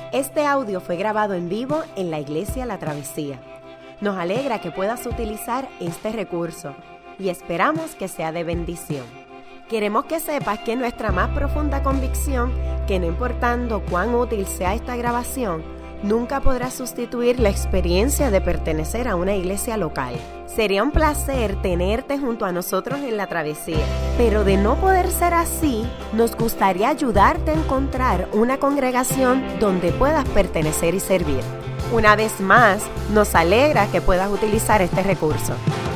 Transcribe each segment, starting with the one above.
Este audio fue grabado en vivo en la Iglesia La Travesía. Nos alegra que puedas utilizar este recurso y esperamos que sea de bendición. Queremos que sepas que nuestra más profunda convicción, que no importando cuán útil sea esta grabación, nunca podrá sustituir la experiencia de pertenecer a una iglesia local. Sería un placer tenerte junto a nosotros en la travesía, pero de no poder ser así, nos gustaría ayudarte a encontrar una congregación donde puedas pertenecer y servir. Una vez más, nos alegra que puedas utilizar este recurso.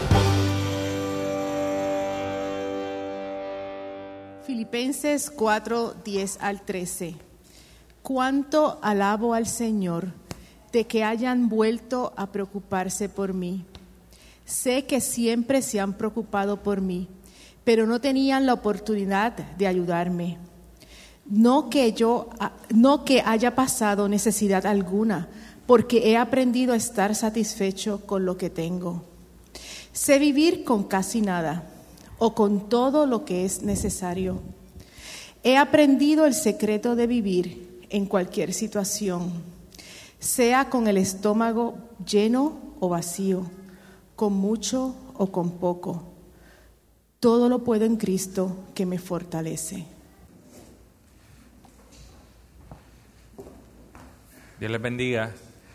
Filipenses 4, 10 al 13. Cuánto alabo al Señor de que hayan vuelto a preocuparse por mí. Sé que siempre se han preocupado por mí, pero no tenían la oportunidad de ayudarme. No que haya pasado necesidad alguna, porque he aprendido a estar satisfecho con lo que tengo. Sé vivir con casi nada, o con todo lo que es necesario. He aprendido el secreto de vivir en cualquier situación, sea con el estómago lleno o vacío, con mucho o con poco. Todo lo puedo en Cristo que me fortalece. Dios les bendiga.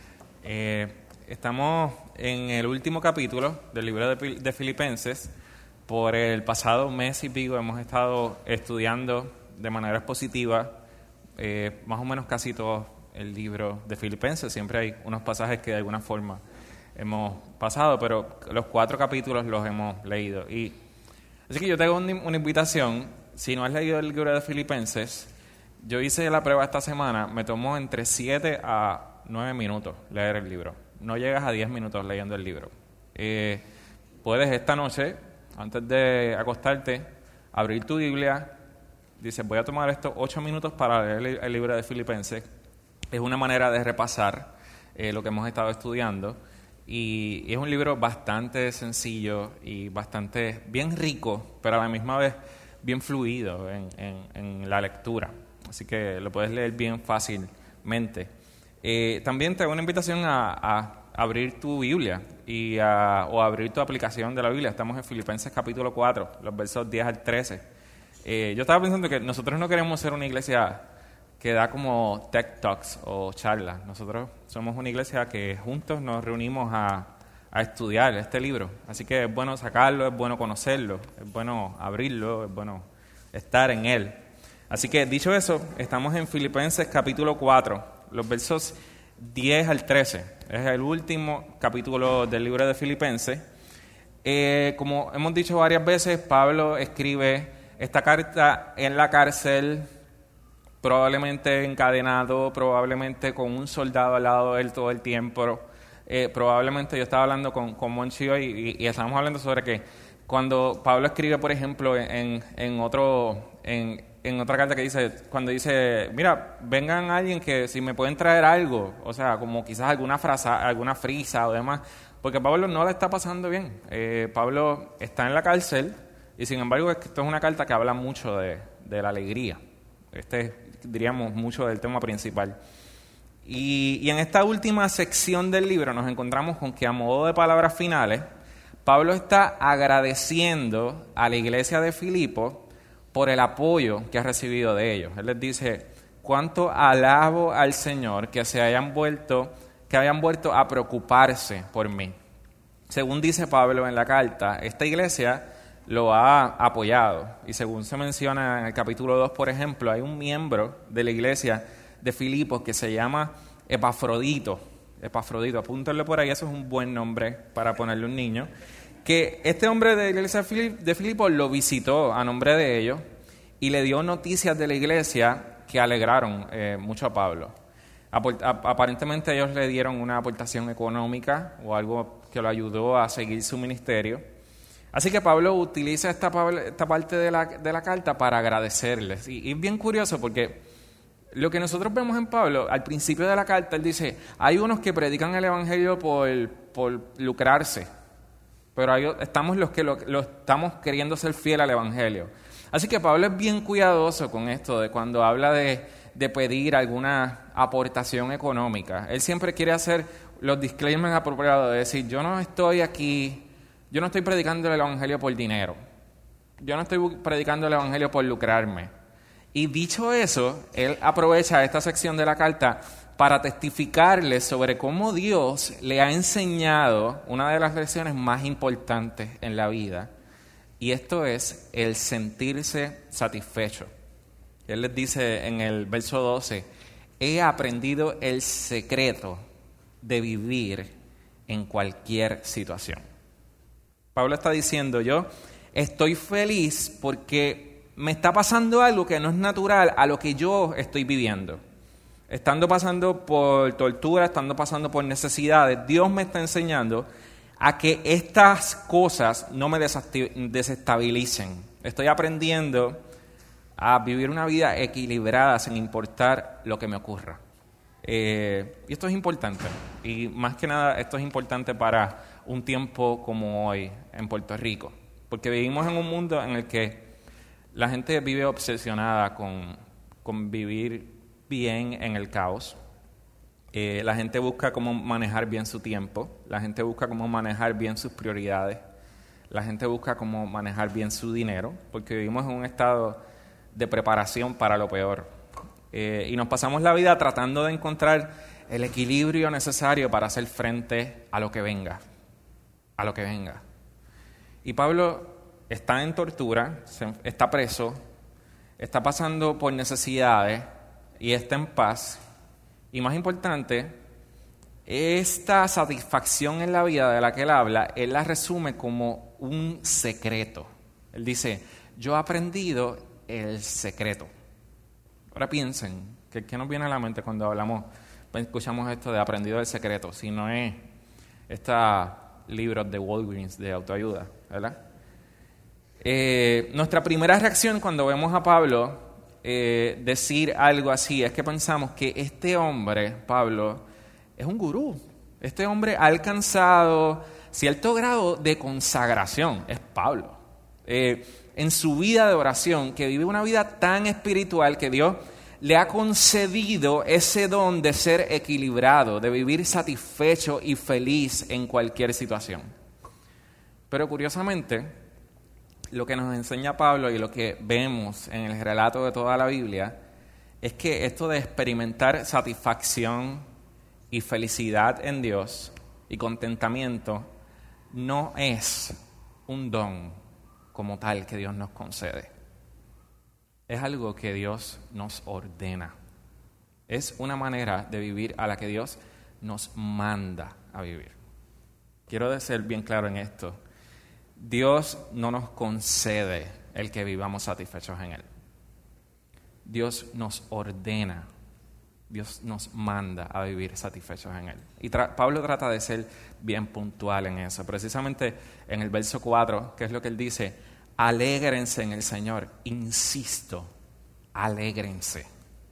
Estamos en el último capítulo del libro de Filipenses. Por el pasado mes y pico hemos estado estudiando de manera expositiva más o menos casi todo el libro de Filipenses. Siempre hay unos pasajes que de alguna forma hemos pasado, pero los 4 capítulos los hemos leído. Así que yo te hago una invitación. Si no has leído el libro de Filipenses, yo hice la prueba esta semana, me tomó entre 7 a 9 minutos leer el libro. No llegas a 10 minutos leyendo el libro. Puedes esta noche, antes de acostarte, abrir tu Biblia. Dices, voy a tomar estos 8 minutos para leer el libro de Filipenses. Es una manera de repasar lo que hemos estado estudiando. Y es un libro bastante sencillo y bastante bien rico, pero a la misma vez bien fluido en la lectura. Así que lo puedes leer bien fácilmente. También te hago una invitación a abrir tu Biblia o abrir tu aplicación de la Biblia. Estamos en Filipenses capítulo 4, los versos 10 al 13. Yo estaba pensando que nosotros no queremos ser una iglesia que da como tech talks o charlas. Nosotros somos una iglesia que juntos nos reunimos a estudiar este libro. Así que es bueno sacarlo, es bueno conocerlo, es bueno abrirlo, es bueno estar en él. Así que dicho eso, estamos en Filipenses capítulo 4, los versos 10 al 13. Es el último capítulo del libro de Filipenses. Como hemos dicho varias veces, Pablo escribe esta carta en la cárcel, probablemente encadenado, probablemente con un soldado al lado de él todo el tiempo. Probablemente yo estaba hablando con Monchi hoy y estábamos hablando sobre que cuando Pablo escribe, por ejemplo, en otra carta que dice, cuando dice, mira, vengan alguien que si me pueden traer algo, o sea, como quizás alguna frisa o demás, porque Pablo no la está pasando bien. Pablo está en la cárcel. Y sin embargo, esto es una carta que habla mucho de la alegría. Diríamos, mucho del tema principal. Y en esta última sección del libro nos encontramos con que, a modo de palabras finales, Pablo está agradeciendo a la iglesia de Filipo por el apoyo que ha recibido de ellos. Él les dice, cuánto alabo al Señor que hayan vuelto a preocuparse por mí. Según dice Pablo en la carta, esta iglesia lo ha apoyado. Y según se menciona en el capítulo 2, por ejemplo, hay un miembro de la iglesia de Filipos que se llama Epafrodito. Apúntenlo por ahí, eso es un buen nombre para ponerle a un niño. Que este hombre de la iglesia de Filipos lo visitó a nombre de ellos y le dio noticias de la iglesia que alegraron mucho a Pablo. Aparentemente ellos le dieron una aportación económica o algo que lo ayudó a seguir su ministerio. Así que Pablo utiliza esta parte de la carta para agradecerles. Y es bien curioso porque lo que nosotros vemos en Pablo, al principio de la carta, él dice, hay unos que predican el evangelio por lucrarse, pero estamos los que lo estamos queriendo ser fiel al evangelio. Así que Pablo es bien cuidadoso con esto, de cuando habla de de pedir alguna aportación económica. Él siempre quiere hacer los disclaimers apropiados, de decir, yo no estoy predicando el evangelio por dinero. Yo no estoy predicando el evangelio por lucrarme. Y dicho eso, él aprovecha esta sección de la carta para testificarles sobre cómo Dios le ha enseñado una de las lecciones más importantes en la vida, y esto es el sentirse satisfecho. Él les dice en el verso 12, he aprendido el secreto de vivir en cualquier situación. Pablo está diciendo, yo estoy feliz porque me está pasando algo que no es natural a lo que yo estoy viviendo. Estando pasando por tortura, estando pasando por necesidades, Dios me está enseñando a que estas cosas no me desestabilicen. Estoy aprendiendo a vivir una vida equilibrada sin importar lo que me ocurra. Y esto es importante. Y más que nada, esto es importante para un tiempo como hoy en Puerto Rico. Porque vivimos en un mundo en el que la gente vive obsesionada con vivir bien en el caos. La gente busca cómo manejar bien su tiempo. La gente busca cómo manejar bien sus prioridades. La gente busca cómo manejar bien su dinero, porque vivimos en un estado de preparación para lo peor. Y nos pasamos la vida tratando de encontrar el equilibrio necesario para hacer frente a lo que venga. A lo que venga. Y Pablo está en tortura, está preso, está pasando por necesidades y está en paz. Y más importante, esta satisfacción en la vida de la que él habla, él la resume como un secreto. Él dice, yo he aprendido el secreto. Ahora piensen, ¿qué nos viene a la mente cuando escuchamos esto de aprendido el secreto? Si no es estos libros de Walgreens de autoayuda, ¿verdad? Nuestra primera reacción cuando vemos a Pablo decir algo así es que pensamos que este hombre, Pablo, es un gurú. Este hombre ha alcanzado cierto grado de consagración, es Pablo. En su vida de oración, que vive una vida tan espiritual que Dios le ha concedido ese don de ser equilibrado, de vivir satisfecho y feliz en cualquier situación. Pero curiosamente, lo que nos enseña Pablo y lo que vemos en el relato de toda la Biblia es que esto de experimentar satisfacción y felicidad en Dios y contentamiento no es un don como tal que Dios nos concede. Es algo que Dios nos ordena. Es una manera de vivir a la que Dios nos manda a vivir. Quiero ser bien claro en esto. Dios no nos concede el que vivamos satisfechos en Él. Dios nos ordena, Dios nos manda a vivir satisfechos en Él. Y Pablo trata de ser bien puntual en eso. Precisamente en el verso 4, que es lo que él dice, alégrense en el Señor. Insisto, alégrense.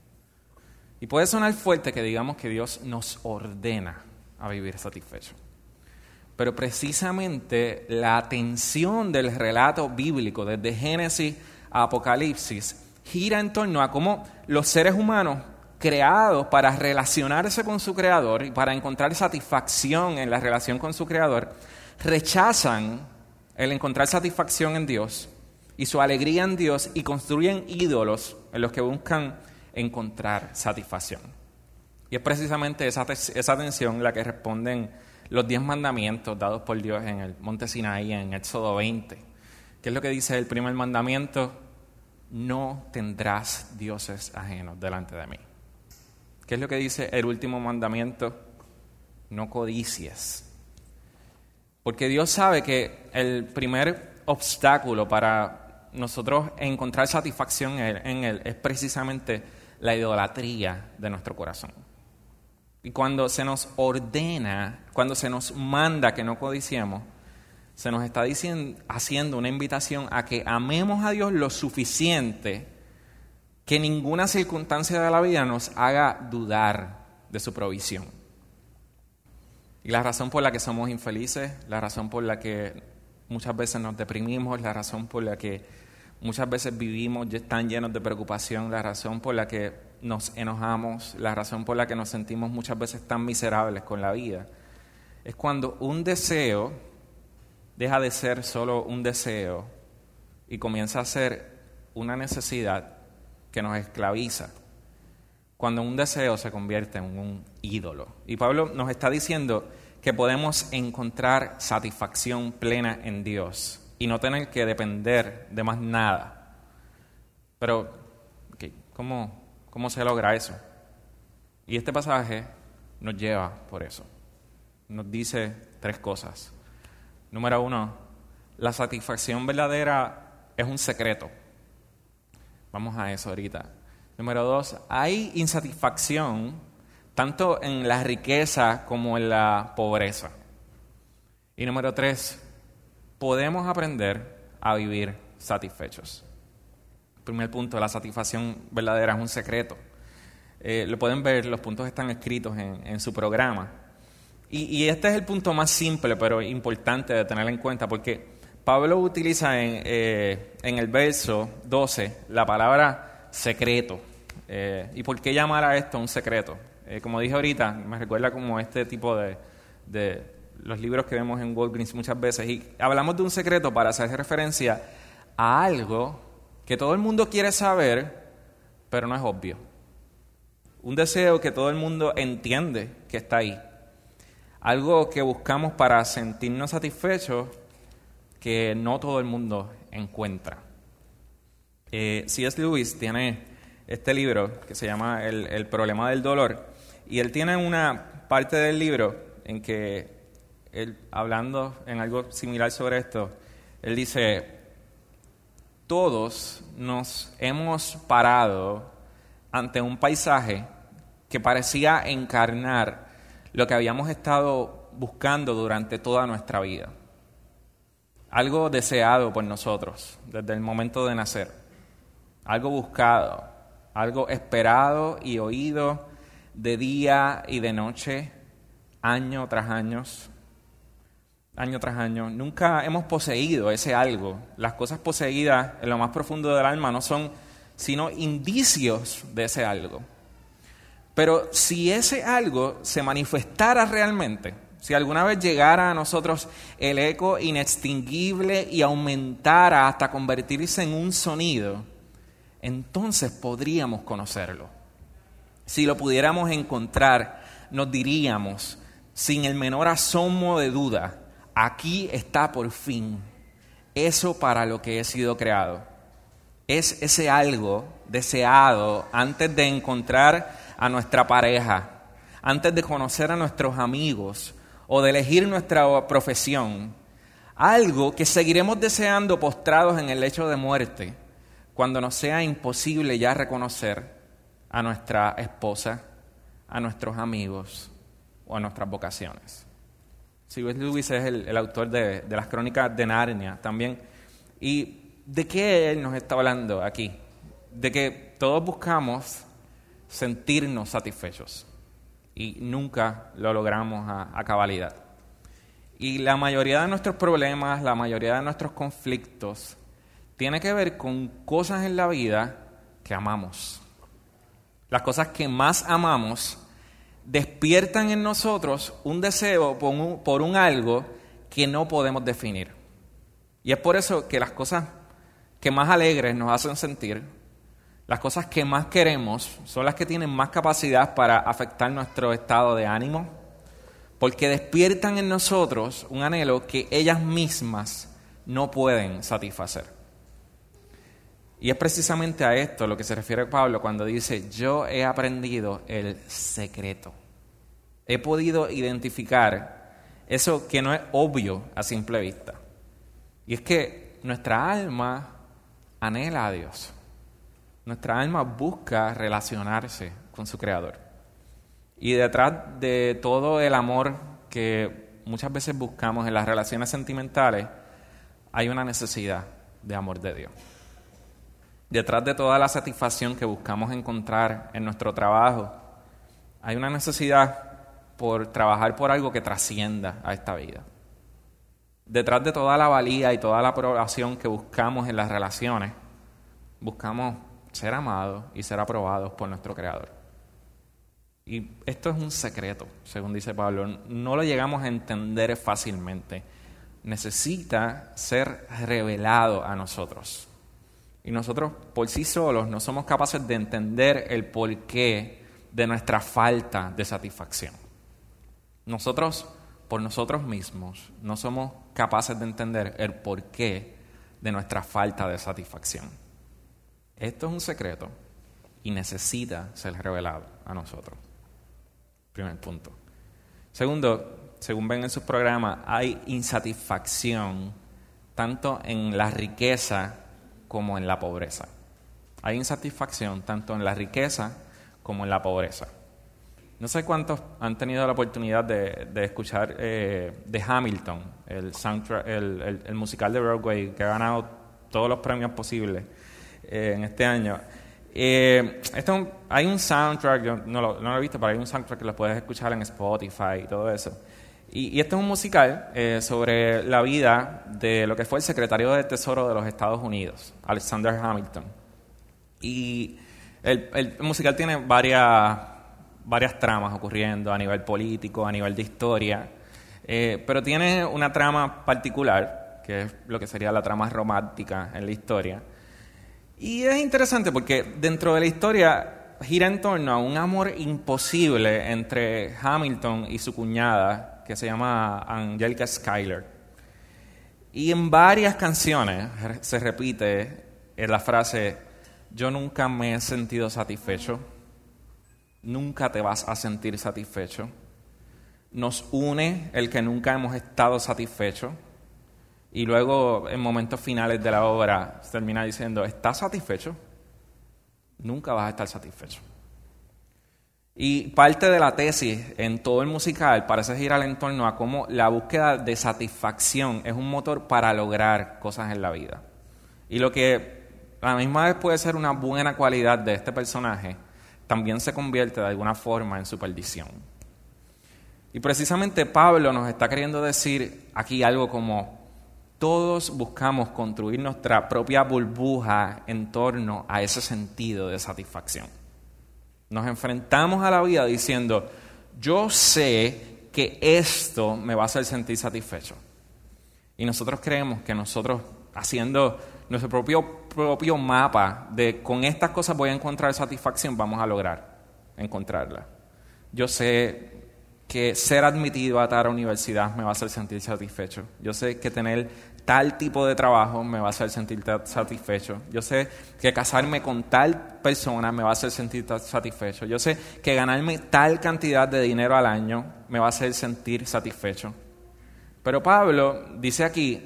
Y puede sonar fuerte que digamos que Dios nos ordena a vivir satisfechos. Pero precisamente la atención del relato bíblico, desde Génesis a Apocalipsis, gira en torno a cómo los seres humanos, creados para relacionarse con su Creador y para encontrar satisfacción en la relación con su Creador, rechazan el encontrar satisfacción en Dios y su alegría en Dios y construyen ídolos en los que buscan encontrar satisfacción. Y es precisamente esa tensión la que responden los 10 mandamientos dados por Dios en el monte Sinaí, en Éxodo 20. ¿Qué es lo que dice el primer mandamiento? No tendrás dioses ajenos delante de mí. ¿Qué es lo que dice el último mandamiento? No codicies. Porque Dios sabe que el primer obstáculo para nosotros encontrar satisfacción en Él es precisamente la idolatría de nuestro corazón. Y cuando se nos ordena, cuando se nos manda que no codiciemos, se nos está haciendo una invitación a que amemos a Dios lo suficiente que ninguna circunstancia de la vida nos haga dudar de su provisión. Y la razón por la que somos infelices, la razón por la que muchas veces nos deprimimos, la razón por la que Muchas veces vivimos tan llenos de preocupación, la razón por la que nos enojamos, la razón por la que nos sentimos muchas veces tan miserables con la vida, es cuando un deseo deja de ser solo un deseo y comienza a ser una necesidad que nos esclaviza. Cuando un deseo se convierte en un ídolo. Y Pablo nos está diciendo que podemos encontrar satisfacción plena en Dios y no tener que depender de más nada. Pero, ¿cómo se logra eso? Y este pasaje nos lleva por eso. Nos dice 3 cosas. Número 1, la satisfacción verdadera es un secreto. Vamos a eso ahorita. Número 2, hay insatisfacción tanto en la riqueza como en la pobreza. Y número 3, podemos aprender a vivir satisfechos. Primer punto, la satisfacción verdadera es un secreto. Lo pueden ver, los puntos están escritos en su programa. Y este es el punto más simple, pero importante de tener en cuenta, porque Pablo utiliza en el verso 12 la palabra secreto. ¿Y por qué llamar a esto un secreto? Como dije ahorita, me recuerda como este tipo de los libros que vemos en Walgreens muchas veces. Y hablamos de un secreto para hacer referencia a algo que todo el mundo quiere saber, pero no es obvio. Un deseo que todo el mundo entiende que está ahí. Algo que buscamos para sentirnos satisfechos que no todo el mundo encuentra. C.S. Lewis tiene este libro que se llama El problema del dolor, y él tiene una parte del libro en que él, hablando en algo similar sobre esto, él dice: todos nos hemos parado ante un paisaje que parecía encarnar lo que habíamos estado buscando durante toda nuestra vida. Algo deseado por nosotros desde el momento de nacer. Algo buscado, algo esperado y oído de día y de noche, año tras año. Nunca hemos poseído ese algo. Las cosas poseídas en lo más profundo del alma no son sino indicios de ese algo. Pero si ese algo se manifestara realmente, si alguna vez llegara a nosotros el eco inextinguible y aumentara hasta convertirse en un sonido, entonces podríamos conocerlo. Si lo pudiéramos encontrar, nos diríamos, sin el menor asomo de duda: aquí está por fin eso para lo que he sido creado. Es ese algo deseado antes de encontrar a nuestra pareja, antes de conocer a nuestros amigos o de elegir nuestra profesión. Algo que seguiremos deseando postrados en el lecho de muerte, cuando nos sea imposible ya reconocer a nuestra esposa, a nuestros amigos o a nuestras vocaciones. C.S. Lewis es el autor de las Crónicas de Narnia también. ¿Y de qué él nos está hablando aquí? De que todos buscamos sentirnos satisfechos y nunca lo logramos a cabalidad. Y la mayoría de nuestros problemas, la mayoría de nuestros conflictos, tiene que ver con cosas en la vida que amamos. Las cosas que más amamos despiertan en nosotros un deseo por un algo que no podemos definir. Y es por eso que las cosas que más alegres nos hacen sentir, las cosas que más queremos, son las que tienen más capacidad para afectar nuestro estado de ánimo, porque despiertan en nosotros un anhelo que ellas mismas no pueden satisfacer. Y es precisamente a esto lo que se refiere Pablo cuando dice: yo he aprendido el secreto. He podido identificar eso que no es obvio a simple vista. Y es que nuestra alma anhela a Dios. Nuestra alma busca relacionarse con su Creador. Y detrás de todo el amor que muchas veces buscamos en las relaciones sentimentales, hay una necesidad de amor de Dios. Detrás de toda la satisfacción que buscamos encontrar en nuestro trabajo, hay una necesidad por trabajar por algo que trascienda a esta vida. Detrás de toda la valía y toda la aprobación que buscamos en las relaciones, buscamos ser amados y ser aprobados por nuestro Creador. Y esto es un secreto, según dice Pablo. No lo llegamos a entender fácilmente. Necesita ser revelado a nosotros. Y nosotros por sí solos no somos capaces de entender el porqué de nuestra falta de satisfacción. Nosotros, por nosotros mismos, no somos capaces de entender el porqué de nuestra falta de satisfacción. Esto es un secreto y necesita ser revelado a nosotros. Primer punto. Segundo, según ven en sus programas, hay insatisfacción tanto en la riqueza como en la pobreza. Hay insatisfacción tanto en la riqueza como en la pobreza. No sé cuántos han tenido la oportunidad de escuchar de Hamilton, el soundtrack, el musical de Broadway que ha ganado todos los premios posibles en este año. Hay un soundtrack, yo no lo he visto, pero hay un soundtrack que lo puedes escuchar en Spotify y todo eso. Y este es un musical sobre la vida de lo que fue el secretario del Tesoro de los Estados Unidos, Alexander Hamilton. Y el musical tiene varias tramas ocurriendo a nivel político, a nivel de historia, pero tiene una trama particular, que es lo que sería la trama romántica en la historia. Y es interesante porque dentro de la historia gira en torno a un amor imposible entre Hamilton y su cuñada, que se llama Angelica Schuyler. Y en varias canciones se repite la frase: yo nunca me he sentido satisfecho, nunca te vas a sentir satisfecho, nos une el que nunca hemos estado satisfechos. Y luego, en momentos finales de la obra, se termina diciendo: ¿estás satisfecho? Nunca vas a estar satisfecho. Y parte de la tesis en todo el musical parece girar en torno a cómo la búsqueda de satisfacción es un motor para lograr cosas en la vida. Y lo que a la misma vez puede ser una buena cualidad de este personaje, también se convierte de alguna forma en su perdición. Y precisamente Pablo nos está queriendo decir aquí algo como: todos buscamos construir nuestra propia burbuja en torno a ese sentido de satisfacción. Nos enfrentamos a la vida diciendo: yo sé que esto me va a hacer sentir satisfecho. Y nosotros creemos que nosotros, haciendo nuestro propio mapa de con estas cosas voy a encontrar satisfacción, vamos a lograr encontrarla. Yo sé que ser admitido a tal universidad me va a hacer sentir satisfecho. Yo sé que tener tal tipo de trabajo me va a hacer sentir satisfecho. Yo sé que casarme con tal persona me va a hacer sentir satisfecho. Yo sé que ganarme tal cantidad de dinero al año me va a hacer sentir satisfecho. Pero Pablo dice aquí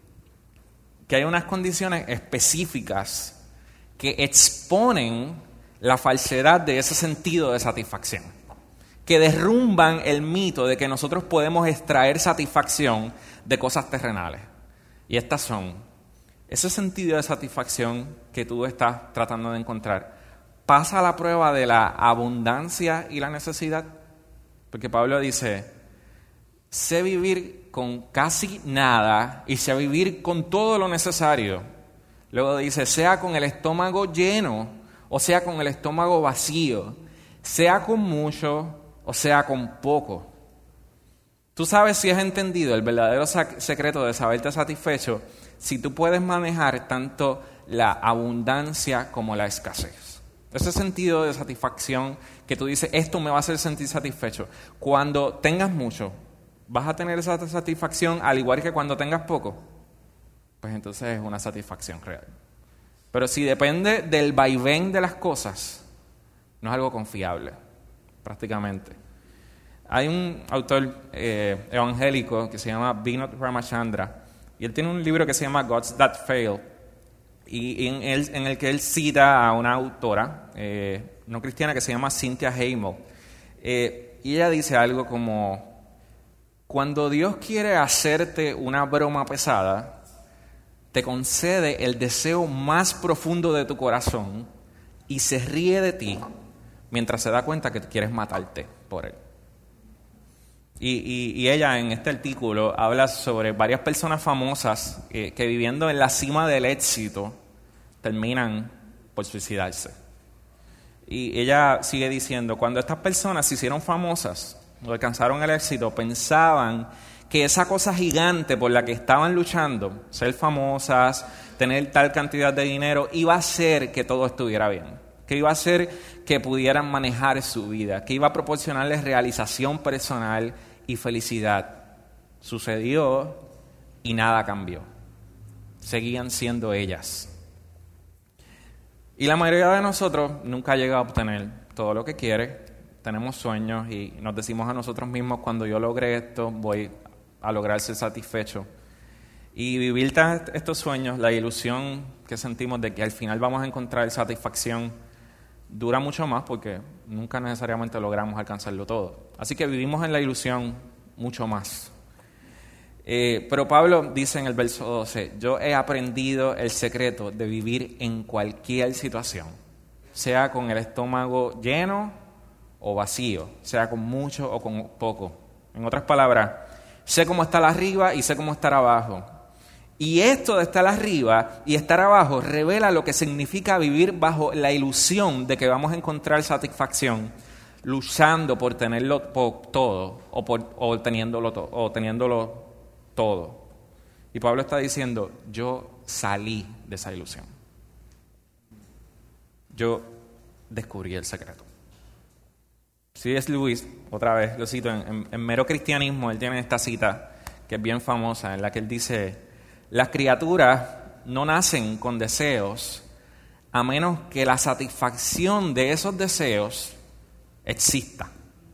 que hay unas condiciones específicas que exponen la falsedad de ese sentido de satisfacción, que derrumban el mito de que nosotros podemos extraer satisfacción de cosas terrenales. Y estas son: ese sentido de satisfacción que tú estás tratando de encontrar pasa a la prueba de la abundancia y la necesidad. Porque Pablo dice: sé vivir con casi nada y sé vivir con todo lo necesario. Luego dice: sea con el estómago lleno o sea con el estómago vacío, sea con mucho o sea con poco. Tú sabes si has entendido el verdadero secreto de saberte satisfecho si tú puedes manejar tanto la abundancia como la escasez. Ese sentido de satisfacción que tú dices: esto me va a hacer sentir satisfecho. Cuando tengas mucho, ¿vas a tener esa satisfacción al igual que cuando tengas poco? Pues entonces es una satisfacción real. Pero si depende del vaivén de las cosas, no es algo confiable, prácticamente. Hay un autor evangélico que se llama Vinod Ramachandra, y él tiene un libro que se llama Gods That Fail, y en el que él cita a una autora no cristiana que se llama Cynthia Hamel, y ella dice algo como: cuando Dios quiere hacerte una broma pesada, te concede el deseo más profundo de tu corazón y se ríe de ti mientras se da cuenta que quieres matarte por él. Y ella en este artículo habla sobre varias personas famosas que viviendo en la cima del éxito terminan por suicidarse. Y ella sigue diciendo, cuando estas personas se hicieron famosas, o alcanzaron el éxito, pensaban que esa cosa gigante por la que estaban luchando, ser famosas, tener tal cantidad de dinero, iba a hacer que todo estuviera bien, que iba a hacer que pudieran manejar su vida, que iba a proporcionarles realización personal y felicidad. Sucedió y nada cambió. Seguían siendo ellas. Y la mayoría de nosotros nunca llega a obtener todo lo que quiere. Tenemos sueños y nos decimos a nosotros mismos, cuando yo logre esto, voy a lograr ser satisfecho. Y vivir estos sueños, la ilusión que sentimos de que al final vamos a encontrar satisfacción, dura mucho más porque nunca necesariamente logramos alcanzarlo todo. Así que vivimos en la ilusión mucho más. Pero Pablo dice en el verso 12, yo he aprendido el secreto de vivir en cualquier situación, sea con el estómago lleno o vacío, sea con mucho o con poco. En otras palabras, sé cómo estar arriba y sé cómo estar abajo. Y esto de estar arriba y estar abajo revela lo que significa vivir bajo la ilusión de que vamos a encontrar satisfacción luchando por tenerlo todo o teniéndolo todo. Y Pablo está diciendo, yo salí de esa ilusión. Yo descubrí el secreto. C.S. Lewis, otra vez lo cito, en Mero Cristianismo, él tiene esta cita que es bien famosa, en la que él dice, las criaturas no nacen con deseos a menos que la satisfacción de esos deseos exista.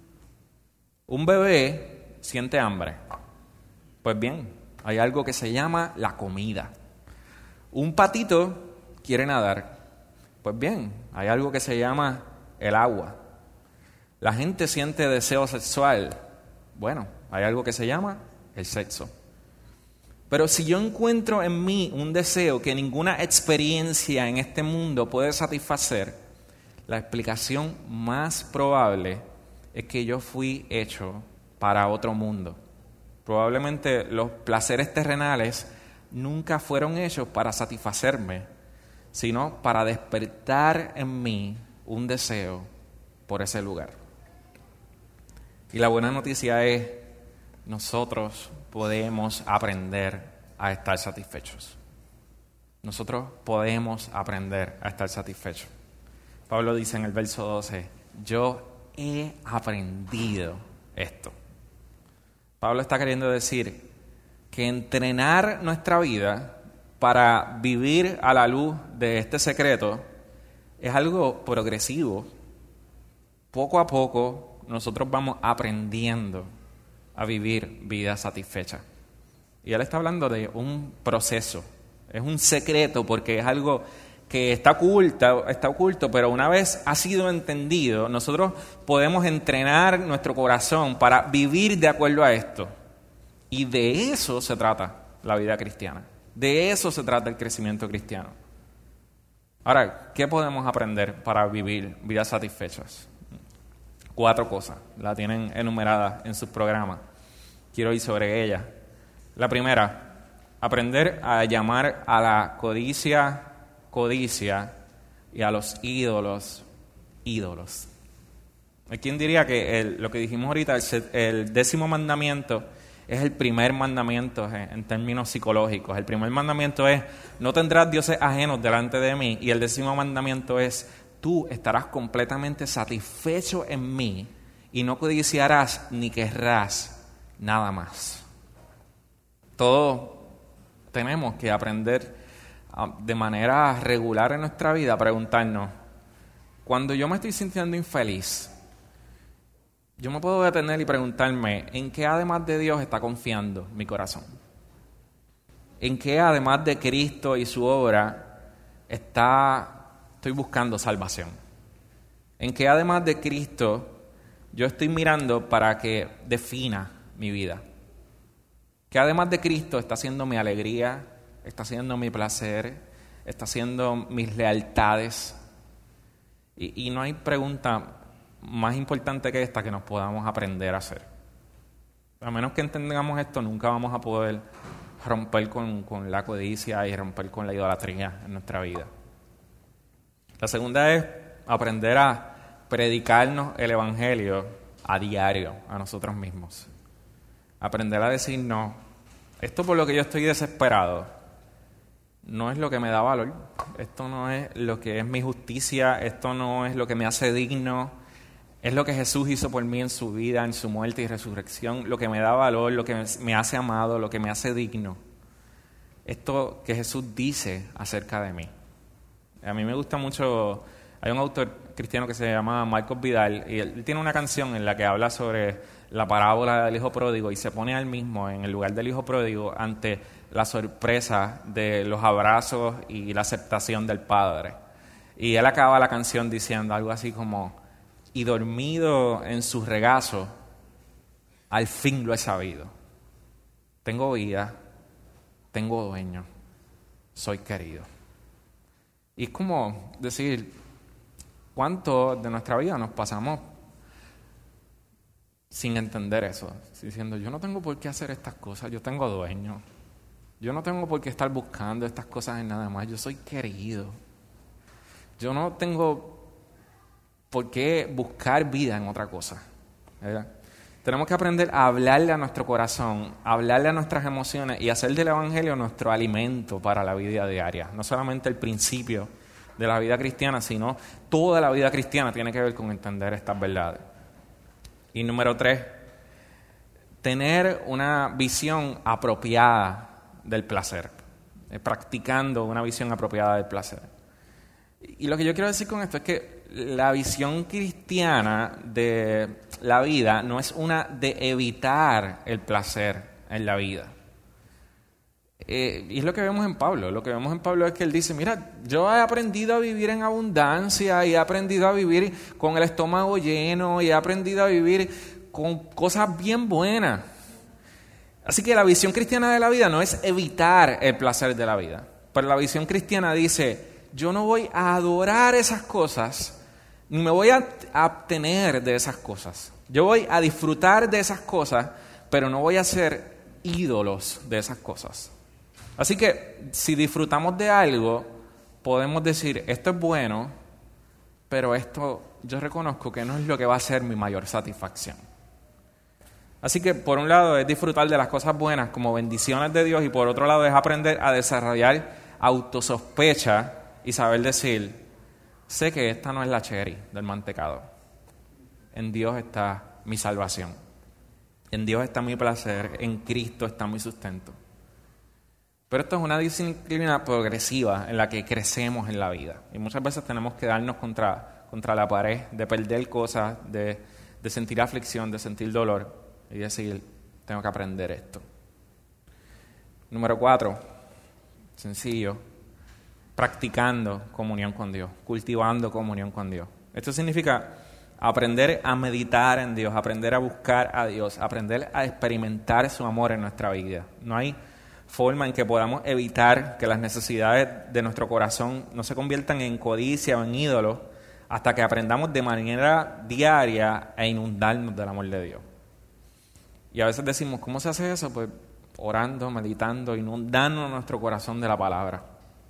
Un bebé siente hambre. Pues bien, hay algo que se llama la comida. Un patito quiere nadar. Pues bien, hay algo que se llama el agua. La gente siente deseo sexual. Bueno, hay algo que se llama el sexo. Pero si yo encuentro en mí un deseo que ninguna experiencia en este mundo puede satisfacer, la explicación más probable es que yo fui hecho para otro mundo. Probablemente los placeres terrenales nunca fueron hechos para satisfacerme, sino para despertar en mí un deseo por ese lugar. Y la buena noticia es, nosotros podemos aprender a estar satisfechos. Nosotros podemos aprender a estar satisfechos. Pablo dice en el verso 12, yo he aprendido esto. Pablo está queriendo decir que entrenar nuestra vida para vivir a la luz de este secreto es algo progresivo. Poco a poco nosotros vamos aprendiendo a vivir vidas satisfechas. Y él está hablando de un proceso, es un secreto porque es algo que está oculto, pero una vez ha sido entendido, nosotros podemos entrenar nuestro corazón para vivir de acuerdo a esto. Y de eso se trata la vida cristiana. De eso se trata el crecimiento cristiano. Ahora, ¿qué podemos aprender para vivir vidas satisfechas? 4 cosas, la tienen enumeradas en sus programas. Quiero ir sobre ellas. La primera, aprender a llamar a la codicia y a los ídolos. ¿Quién diría que lo que dijimos ahorita, el 10º mandamiento, es el primer mandamiento en términos psicológicos? El primer mandamiento es, no tendrás dioses ajenos delante de mí. Y el 10º mandamiento es, tú estarás completamente satisfecho en mí y no codiciarás ni querrás nada más. Todos tenemos que aprender de manera regular en nuestra vida a preguntarnos, cuando yo me estoy sintiendo infeliz, yo me puedo detener y preguntarme, ¿en qué además de Dios está confiando mi corazón? ¿En qué además de Cristo y su obra estoy buscando salvación? ¿En qué además de Cristo yo estoy mirando para que defina mi vida? ¿Qué además de Cristo está siendo mi alegría, está siendo mi placer, está siendo mis lealtades? Y no hay pregunta más importante que esta que nos podamos aprender a hacer. A menos que entendamos esto, nunca vamos a poder romper con la codicia y romper con la idolatría en nuestra vida. La segunda es aprender a predicarnos el Evangelio a diario, a nosotros mismos. Aprender a decir no. Esto por lo que yo estoy desesperado no es lo que me da valor. Esto no es lo que es mi justicia. Esto no es lo que me hace digno. Es lo que Jesús hizo por mí en su vida, en su muerte y resurrección. Lo que me da valor, lo que me hace amado, lo que me hace digno. Esto que Jesús dice acerca de mí. A mí me gusta mucho. Hay un autor cristiano que se llama Marcos Vidal y él tiene una canción en la que habla sobre la parábola del hijo pródigo y se pone a él mismo en el lugar del hijo pródigo ante la sorpresa de los abrazos y la aceptación del padre. Y él acaba la canción diciendo algo así como: y dormido en su regazo, al fin lo he sabido. Tengo vida, tengo dueño, soy querido. Y es como decir, ¿cuánto de nuestra vida nos pasamos sin entender eso? Diciendo, yo no tengo por qué hacer estas cosas, yo tengo dueño. Yo no tengo por qué estar buscando estas cosas en nada más, yo soy querido. Yo no tengo por qué buscar vida en otra cosa, ¿verdad? Tenemos que aprender a hablarle a nuestro corazón, a hablarle a nuestras emociones y hacer del Evangelio nuestro alimento para la vida diaria. No solamente el principio de la vida cristiana, sino toda la vida cristiana tiene que ver con entender estas verdades. Y número 3, tener una visión apropiada del placer, practicando una visión apropiada del placer. Y lo que yo quiero decir con esto es que la visión cristiana de la vida no es una de evitar el placer en la vida. Y es lo que vemos en Pablo. Lo que vemos en Pablo es que él dice, mira, yo he aprendido a vivir en abundancia y he aprendido a vivir con el estómago lleno y he aprendido a vivir con cosas bien buenas. Así que la visión cristiana de la vida no es evitar el placer de la vida. Pero la visión cristiana dice, yo no voy a adorar esas cosas, ni me voy a abstener de esas cosas. Yo voy a disfrutar de esas cosas, pero no voy a ser ídolos de esas cosas. Así que si disfrutamos de algo, podemos decir, esto es bueno, pero esto yo reconozco que no es lo que va a ser mi mayor satisfacción. Así que por un lado es disfrutar de las cosas buenas como bendiciones de Dios y por otro lado es aprender a desarrollar autosospecha y saber decir, sé que esta no es la cherry del mantecado. En Dios está mi salvación. En Dios está mi placer. En Cristo está mi sustento. Pero esto es una disciplina progresiva en la que crecemos en la vida. Y muchas veces tenemos que darnos contra la pared, de perder cosas, de sentir aflicción, de sentir dolor y decir, tengo que aprender esto. Número 4, sencillo, practicando comunión con Dios, cultivando comunión con Dios. Esto significa aprender a meditar en Dios, aprender a buscar a Dios, aprender a experimentar su amor en nuestra vida. No hay forma en que podamos evitar que las necesidades de nuestro corazón no se conviertan en codicia o en ídolos hasta que aprendamos de manera diaria a inundarnos del amor de Dios. Y a veces decimos, ¿cómo se hace eso? Pues orando, meditando, inundando nuestro corazón de la palabra.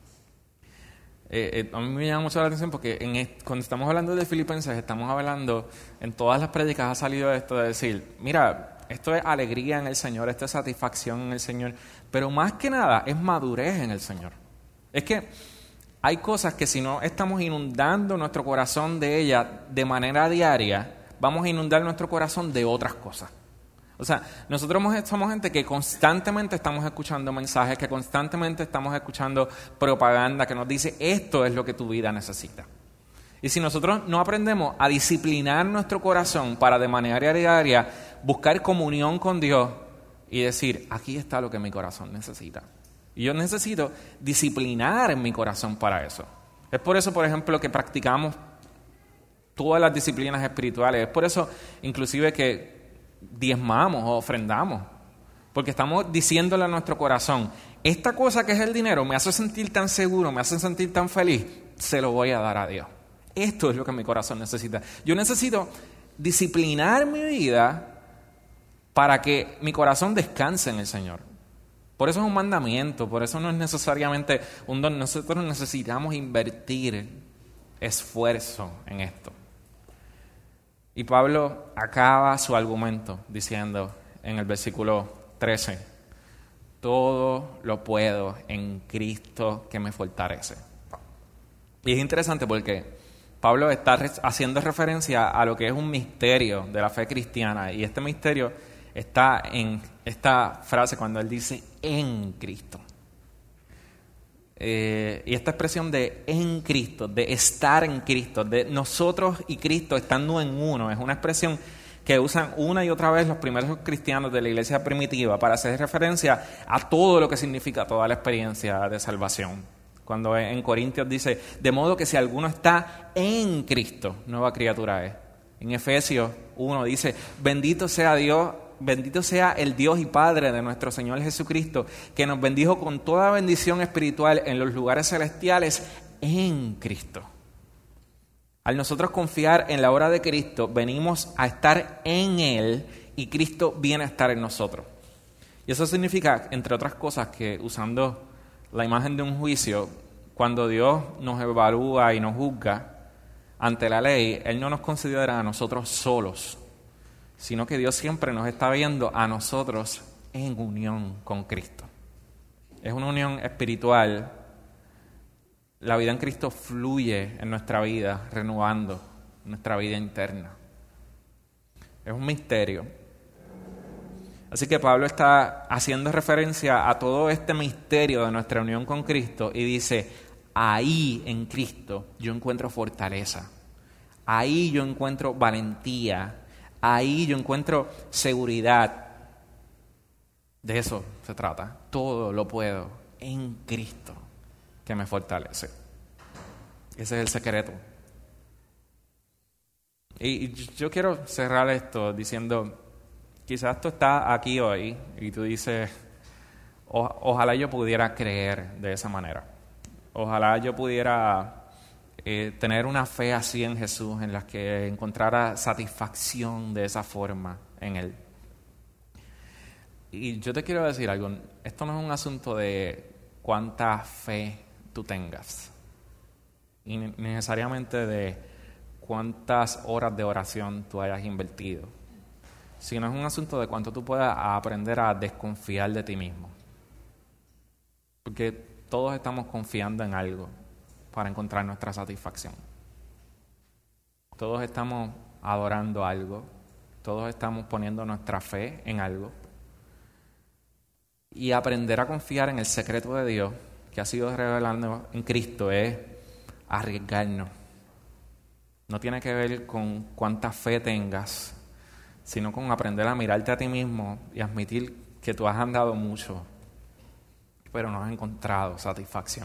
A mí me llama mucho la atención porque cuando estamos hablando de Filipenses, estamos hablando, en todas las prédicas ha salido esto de decir, mira, esto es alegría en el Señor, esto es satisfacción en el Señor, pero más que nada es madurez en el Señor. Es que hay cosas que si no estamos inundando nuestro corazón de ellas de manera diaria, vamos a inundar nuestro corazón de otras cosas. O sea, nosotros somos gente que constantemente estamos escuchando mensajes, que constantemente estamos escuchando propaganda que nos dice esto es lo que tu vida necesita. Y si nosotros no aprendemos a disciplinar nuestro corazón para de manera diaria buscar comunión con Dios y decir, aquí está lo que mi corazón necesita. Y yo necesito disciplinar en mi corazón para eso. Es por eso, por ejemplo, que practicamos todas las disciplinas espirituales. Es por eso, inclusive, que diezmamos o ofrendamos, porque estamos diciéndole a nuestro corazón, esta cosa que es el dinero me hace sentir tan seguro, me hace sentir tan feliz, se lo voy a dar a Dios. Esto es lo que mi corazón necesita. Yo necesito disciplinar mi vida para que mi corazón descanse en el Señor. Por eso es un mandamiento, por eso no es necesariamente un don. Nosotros necesitamos invertir esfuerzo en esto. Y Pablo acaba su argumento diciendo en el versículo 13, todo lo puedo en Cristo que me fortalece. Y es interesante porque Pablo está haciendo referencia a lo que es un misterio de la fe cristiana, y este misterio está en esta frase cuando él dice en Cristo. Y esta expresión de en Cristo, de estar en Cristo, de nosotros y Cristo estando en uno, es una expresión que usan una y otra vez los primeros cristianos de la iglesia primitiva para hacer referencia a todo lo que significa toda la experiencia de salvación. Cuando en Corintios dice, de modo que si alguno está en Cristo, nueva criatura es. En Efesios 1 dice, bendito sea Dios, bendito sea el Dios y Padre de nuestro Señor Jesucristo, que nos bendijo con toda bendición espiritual en los lugares celestiales en Cristo. Al nosotros confiar en la obra de Cristo, venimos a estar en Él y Cristo viene a estar en nosotros. Y eso significa, entre otras cosas, que usando la imagen de un juicio, cuando Dios nos evalúa y nos juzga ante la ley, Él no nos considera a nosotros solos, sino que Dios siempre nos está viendo a nosotros en unión con Cristo. Es una unión espiritual. La vida en Cristo fluye en nuestra vida, renovando nuestra vida interna. Es un misterio. Así que Pablo está haciendo referencia a todo este misterio de nuestra unión con Cristo y dice, ahí en Cristo yo encuentro fortaleza, ahí yo encuentro valentía, ahí yo encuentro seguridad. De eso se trata. Todo lo puedo en Cristo que me fortalece. Ese es el secreto. Y yo quiero cerrar esto diciendo, quizás tú estás aquí hoy y tú dices, ojalá yo pudiera creer de esa manera. Ojalá yo pudiera tener una fe así en Jesús, en la que encontrara satisfacción de esa forma en Él. Y yo te quiero decir algo, esto no es un asunto de cuánta fe tú tengas, y necesariamente de cuántas horas de oración tú hayas invertido, sino es un asunto de cuánto tú puedas aprender a desconfiar de ti mismo. Porque todos estamos confiando en algo para encontrar nuestra satisfacción. Todos estamos adorando algo, todos estamos poniendo nuestra fe en algo. Y aprender a confiar en el secreto de Dios que ha sido revelado en Cristo es arriesgarnos. No tiene que ver con cuánta fe tengas, sino con aprender a mirarte a ti mismo y admitir que tú has andado mucho, pero no has encontrado satisfacción.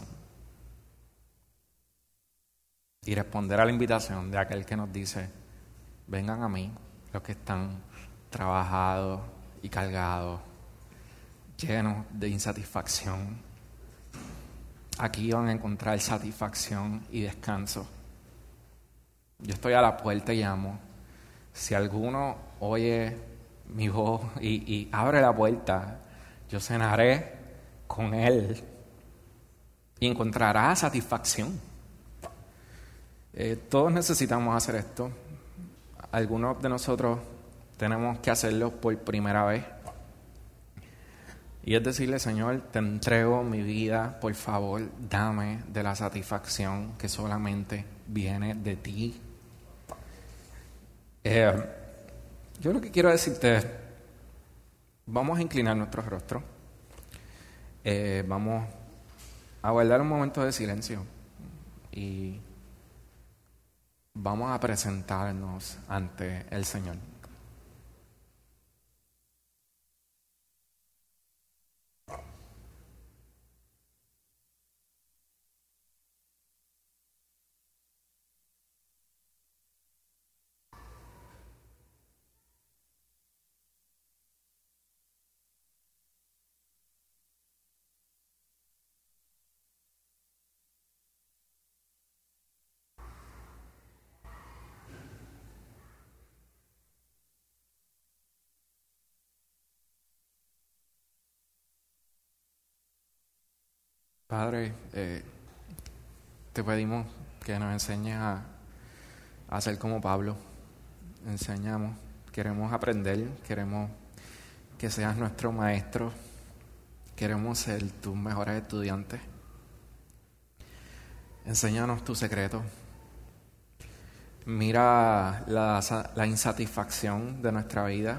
Y responder a la invitación de aquel que nos dice, vengan a mí los que están trabajados y cargados, llenos de insatisfacción. Aquí van a encontrar satisfacción y descanso. Yo estoy a la puerta y llamo. Si alguno oye mi voz y abre la puerta, yo cenaré con él y encontrará satisfacción. Todos necesitamos hacer esto. Algunos de nosotros tenemos que hacerlo por primera vez. Y es decirle, Señor, te entrego mi vida, por favor, dame de la satisfacción que solamente viene de ti. Yo lo que quiero decirte es, vamos a inclinar nuestro rostro, vamos a guardar un momento de silencio y vamos a presentarnos ante el Señor. Padre, te pedimos que nos enseñes a ser como Pablo. Enseñamos, queremos aprender, queremos que seas nuestro maestro, queremos ser tus mejores estudiantes. Enséñanos tu secreto. Mira la insatisfacción de nuestra vida.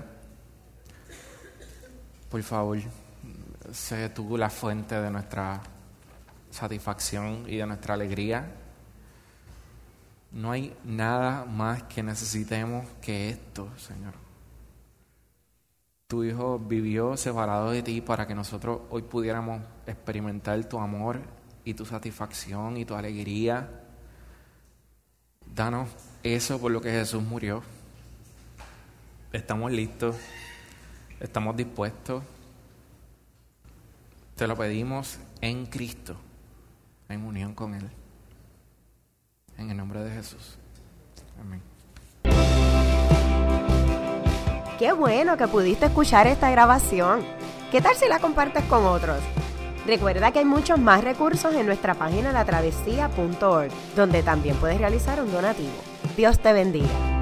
Por favor, sé tú la fuente de nuestra satisfacción y de nuestra alegría. No hay nada más que necesitemos que esto, Señor. Tu Hijo vivió separado de ti para que nosotros hoy pudiéramos experimentar tu amor y tu satisfacción y tu alegría. Danos eso por lo que Jesús murió. Estamos listos, estamos dispuestos. Te lo pedimos en Cristo, en unión con Él. En el nombre de Jesús. Amén. Qué bueno que pudiste escuchar esta grabación. ¿Qué tal si la compartes con otros? Recuerda que hay muchos más recursos en nuestra página latravesía.org, donde también puedes realizar un donativo. Dios te bendiga.